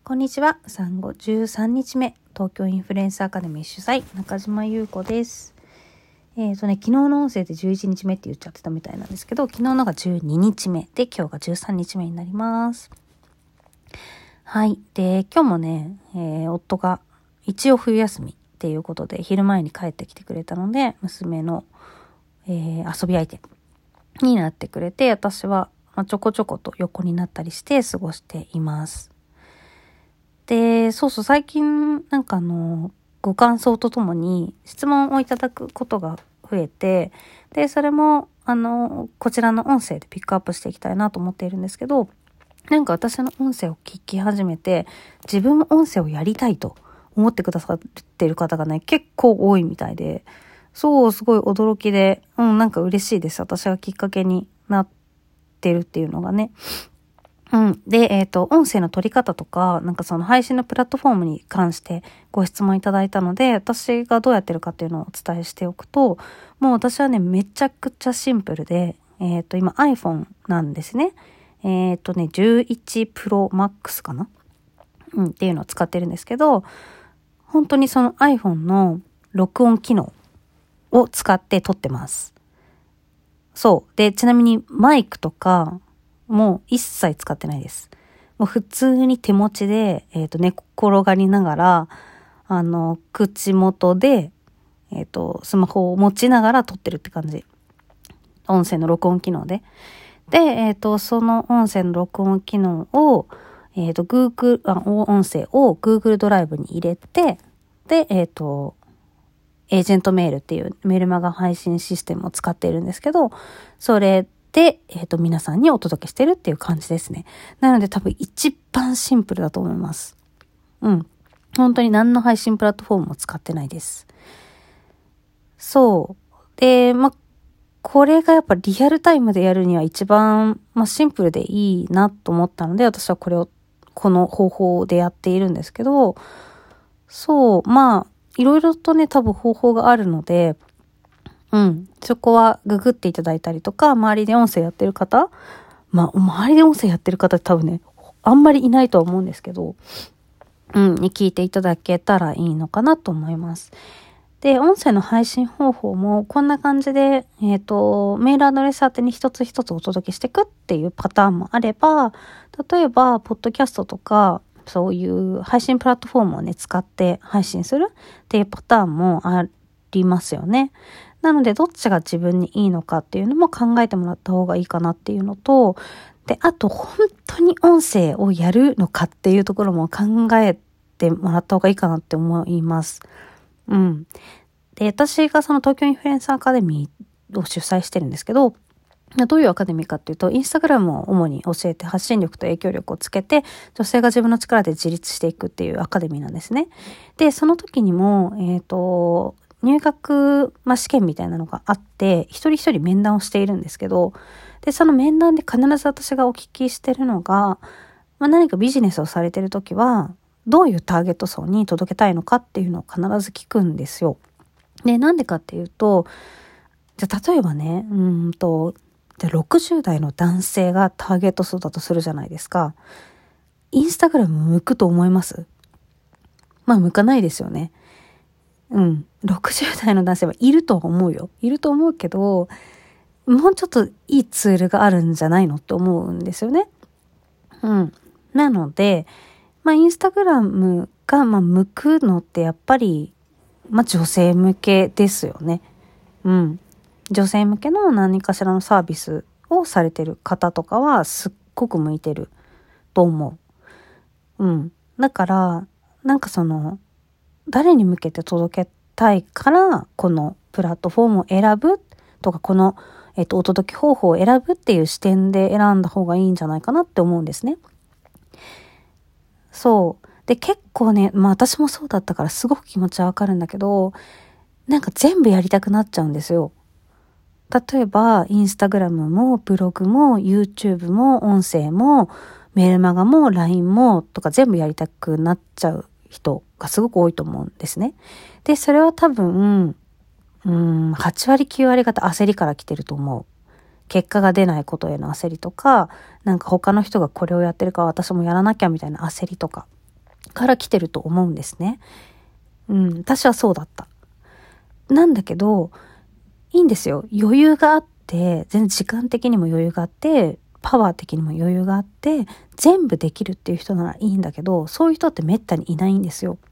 こんにちは。産後13日目、東京インフルエンスアカデミー主催、中島優子です。昨日の音声で11日目って言っちゃってたみたいなんですけど、昨日のが12日目で、今日が13日目になります。はい。で、今日もね、夫が一応冬休みっていうことで、昼前に帰ってきてくれたので、娘の、遊び相手になってくれて、私は、ちょこちょこと横になったりして過ごしています。で、最近ご感想とともに質問をいただくことが増えて、で、それもこちらの音声でピックアップしていきたいなと思っているんですけど、私の音声を聞き始めて、自分も音声をやりたいと思ってくださっている方がね、結構多いみたいで、すごい驚きで、嬉しいです。私がきっかけになってるっていうのがね。で、音声の取り方とか、その配信のプラットフォームに関してご質問いただいたので、私がどうやってるかっていうのをお伝えしておくと、もう私はね、めちゃくちゃシンプルで、今 iPhone なんですね。11 Pro Max かなっていうのを使ってるんですけど、本当にその iPhone の録音機能を使って撮ってます。そう。で、ちなみにマイクとか、もう一切使ってないです。もう普通に手持ちで、寝転がりながら、口元で、スマホを持ちながら撮ってるって感じ。音声の録音機能で。で、その音声の録音機能を、音声を Google ドライブに入れて、で、エージェントメールっていうメルマガ配信システムを使っているんですけど、それで、皆さんにお届けしてるっていう感じですね。なので多分一番シンプルだと思います。本当に何の配信プラットフォームも使ってないです。そう。で、これがやっぱリアルタイムでやるには一番、シンプルでいいなと思ったので、私はこの方法でやっているんですけど、いろいろとね、多分方法があるので、そこはググっていただいたりとか、周りで音声やってる方、周りで音声やってる方って多分ね、あんまりいないとは思うんですけど、に聞いていただけたらいいのかなと思います。で、音声の配信方法もこんな感じで、メールアドレス宛てに一つ一つお届けしていくっていうパターンもあれば、例えば、ポッドキャストとか、そういう配信プラットフォームをね、使って配信するっていうパターンもありますよね。なので、どっちが自分にいいのかっていうのも考えてもらった方がいいかなっていうのと、で、あと、本当に音声をやるのかっていうところも考えてもらった方がいいかなって思います。で、私がその東京インフルエンスアカデミーを主催してるんですけど、どういうアカデミーかっていうと、インスタグラムを主に教えて発信力と影響力をつけて、女性が自分の力で自立していくっていうアカデミーなんですね。で、その時にも、入学、試験みたいなのがあって、一人一人面談をしているんですけど、で、その面談で必ず私がお聞きしてるのが、何かビジネスをされてる時は、どういうターゲット層に届けたいのかっていうのを必ず聞くんですよ。で、なんでかっていうと、じゃあ例えばね、60代の男性がターゲット層だとするじゃないですか。インスタグラム向くと思います？向かないですよね。60代の男性はいると思うよ。いると思うけど、もうちょっといいツールがあるんじゃないのって思うんですよね。なので、インスタグラムが、向くのってやっぱり、女性向けですよね。女性向けの何かしらのサービスをされてる方とかはすっごく向いてると思う。だから、誰に向けて届けたいから、このプラットフォームを選ぶとか、この、お届け方法を選ぶっていう視点で選んだ方がいいんじゃないかなって思うんですね。で、結構ね、私もそうだったからすごく気持ちはわかるんだけど、全部やりたくなっちゃうんですよ。例えば、インスタグラムも、ブログも、YouTube も、音声も、メールマガも、LINE も、とか全部やりたくなっちゃう人がすごく多いと思うんですね。で、それは多分、8割9割方焦りから来てると思う。結果が出ないことへの焦りとか、他の人がこれをやってるから私もやらなきゃみたいな焦りとか。 から来てると思うんですね。私はそうだった。なんだけど、いいんですよ。余裕があって、全然時間的にも余裕があって、パワー的にも余裕があって、全部できるっていう人ならいいんだけど、そういう人ってめったにいないんですよ。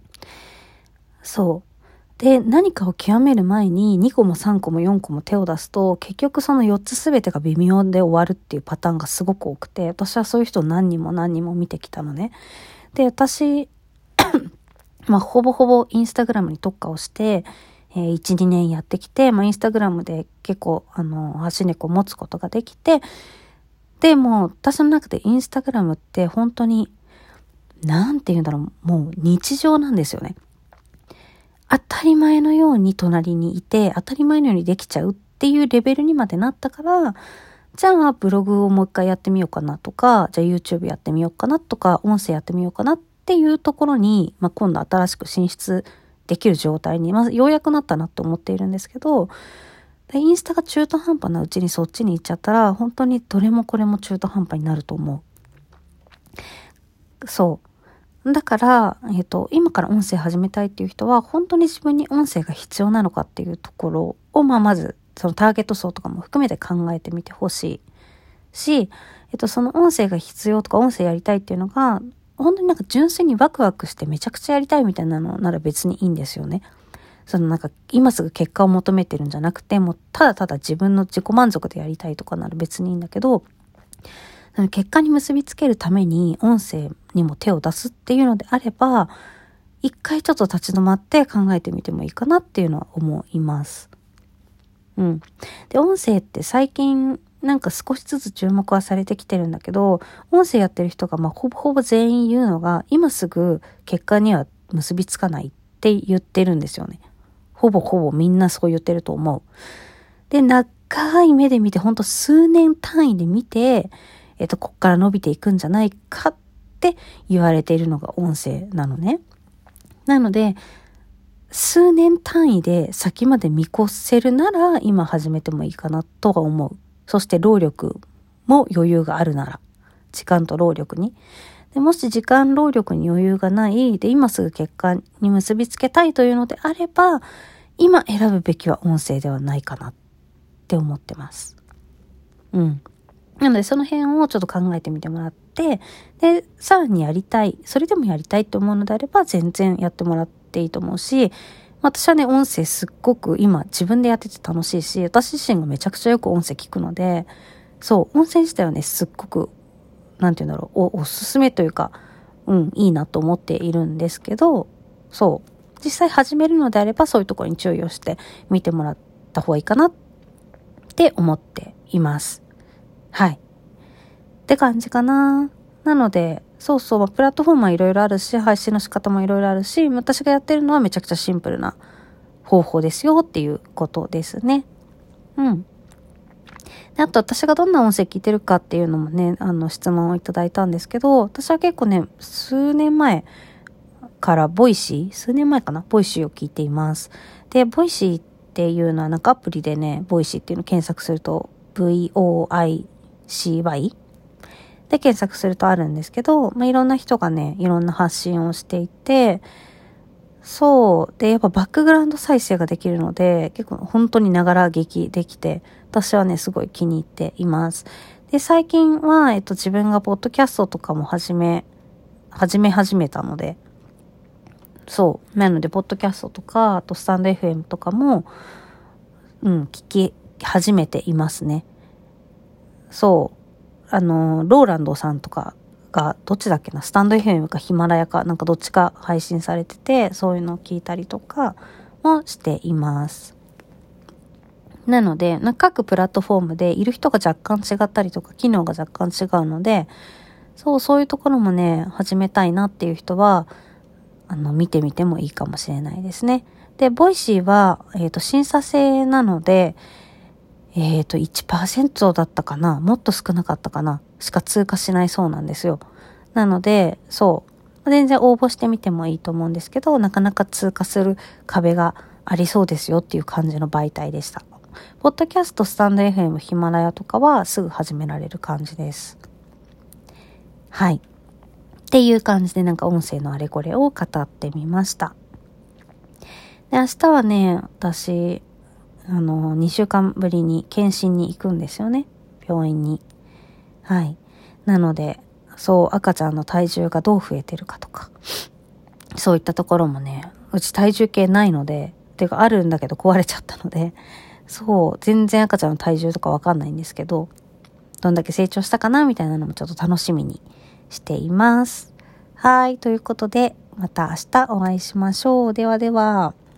そう。で、何かを極める前に2個も3個も4個も手を出すと、結局その4つ全てが微妙で終わるっていうパターンがすごく多くて、私はそういう人を何人も何人も見てきたのね。で、私、ほぼほぼインスタグラムに特化をして、1、2年やってきて、インスタグラムで結構、足猫を持つことができて、で、もう私の中でインスタグラムって本当に、なんて言うんだろう、もう日常なんですよね。当たり前のように隣にいて、当たり前のようにできちゃうっていうレベルにまでなったから、じゃあブログをもう一回やってみようかなとか、じゃあ YouTube やってみようかなとか、音声やってみようかなっていうところに、今度新しく進出できる状態に、ようやくなったなと思っているんですけど、インスタが中途半端なうちにそっちに行っちゃったら、本当にどれもこれも中途半端になると思う。そう。だから、今から音声始めたいっていう人は、本当に自分に音声が必要なのかっていうところを、まず、そのターゲット層とかも含めて考えてみてほしいし、その音声が必要とか音声やりたいっていうのが、本当に純粋にワクワクしてめちゃくちゃやりたいみたいなのなら別にいいんですよね。今すぐ結果を求めてるんじゃなくて、もうただただ自分の自己満足でやりたいとかなら別にいいんだけど、結果に結びつけるために音声にも手を出すっていうのであれば、一回ちょっと立ち止まって考えてみてもいいかなっていうのは思います。で、音声って最近少しずつ注目はされてきてるんだけど、音声やってる人がほぼほぼ全員言うのが、今すぐ結果には結びつかないって言ってるんですよね。ほぼほぼみんなそう言ってると思う。で、長い目で見て、ほんと数年単位で見て、こっから伸びていくんじゃないかって言われているのが音声なのね。なので、数年単位で先まで見越せるなら、今始めてもいいかなとは思う。そして労力も余裕があるなら、時間と労力に。でもし時間、労力に余裕がない、で、今すぐ結果に結びつけたいというのであれば、今選ぶべきは音声ではないかなって思ってます。なのでその辺をちょっと考えてみてもらって、で、さらにやりたい、それでもやりたいと思うのであれば全然やってもらっていいと思うし、私はね、音声すっごく今自分でやってて楽しいし、私自身がめちゃくちゃよく音声聞くので、そう、音声自体はね、すっごく、おすすめというか、いいなと思っているんですけど、そう、実際始めるのであればそういうところに注意をして見てもらった方がいいかなって思っています。はい。って感じかな。なので、プラットフォームはいろいろあるし、配信の仕方もいろいろあるし、私がやってるのはめちゃくちゃシンプルな方法ですよっていうことですね。で、あと私がどんな音声聞いてるかっていうのもね、質問をいただいたんですけど、私は結構ね、数年前からボイシーを聞いています。で、ボイシーっていうのはアプリでね、ボイシーっていうのを検索すると、VOICYで検索するとあるんですけど、いろんな人がね、いろんな発信をしていて、で、やっぱバックグラウンド再生ができるので、結構本当にながら聞きできて、私はね、すごい気に入っています。で、最近は、自分がポッドキャストとかも始めたので、なので、ポッドキャストとか、あとスタンド FM とかも、聞き始めていますね。ローランドさんとかが、どっちだっけな、スタンド FM かヒマラヤか、どっちか配信されてて、そういうのを聞いたりとかもしています。なので、各プラットフォームでいる人が若干違ったりとか、機能が若干違うので、そういうところもね、始めたいなっていう人は、見てみてもいいかもしれないですね。で、ボイシーは、審査制なので、1% だったかな、もっと少なかったかなしか通過しないそうなんですよ。なので、全然応募してみてもいいと思うんですけど、なかなか通過する壁がありそうですよっていう感じの媒体でした。ポッドキャスト、スタンド FM、ヒマラヤとかはすぐ始められる感じです。はい。っっていう感じでなんか音声のあれこれを語ってみました。で、明日はね、私、2週間ぶりに検診に行くんですよね。病院に。はい。なので、そう、赤ちゃんの体重がどう増えてるかとか、そういったところもね、うち体重計ないので、てかあるんだけど壊れちゃったので、そう、全然赤ちゃんの体重とかわかんないんですけど、どんだけ成長したかなみたいなのもちょっと楽しみにしています。はい、ということで、また明日お会いしましょう。ではでは。